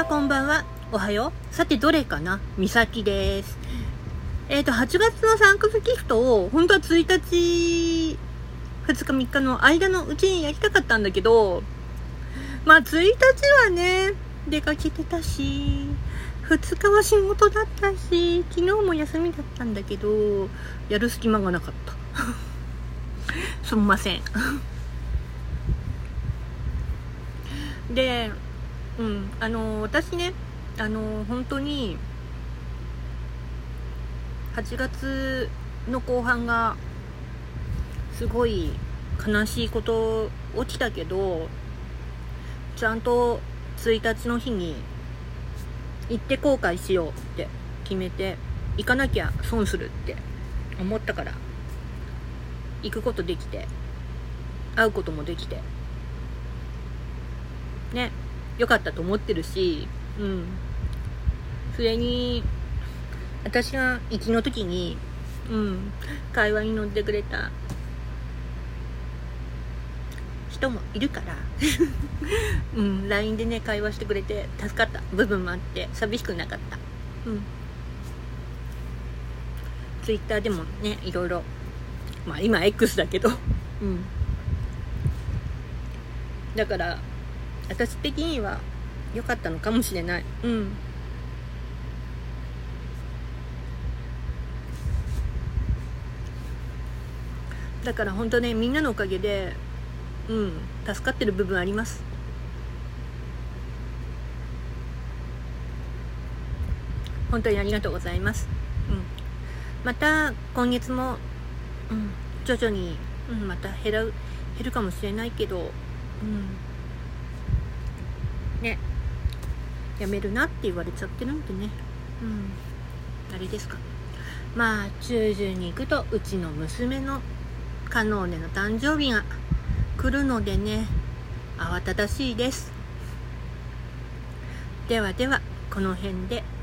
は、こんばんは。おはよう。さて、どれかな？みさきです。8月のサンクスギフトを、本当は1日、2日3日の間のうちにやりたかったんだけど、まあ、1日はね、出かけてたし、2日は仕事だったし、昨日も休みだったんだけど、やる隙間がなかった。すみません。で、私ね、本当に、8月の後半が、すごい悲しいこと起きたけど、ちゃんと1日の日に、行って後悔しようって決めて、行かなきゃ損するって思ったから、行くことできて、会うこともできて、ね、良かったと思ってるし、それに、私が行きの時に、会話に乗ってくれた人もいるから、LINE でね、会話してくれて助かった部分もあって、寂しくなかった。Twitter でもね、いろいろ、まあ今 X だけど、だから、私的には良かったのかもしれない。だから本当ね、みんなのおかげで、助かってる部分あります。本当にありがとうございます。また今月も、徐々に、また減るかもしれないけど、ね、やめるなって言われちゃってるんでね、あれですか。まあ中旬に行くと、うちの娘のカノーネの誕生日が来るのでね、慌ただしいです。ではでは、この辺で。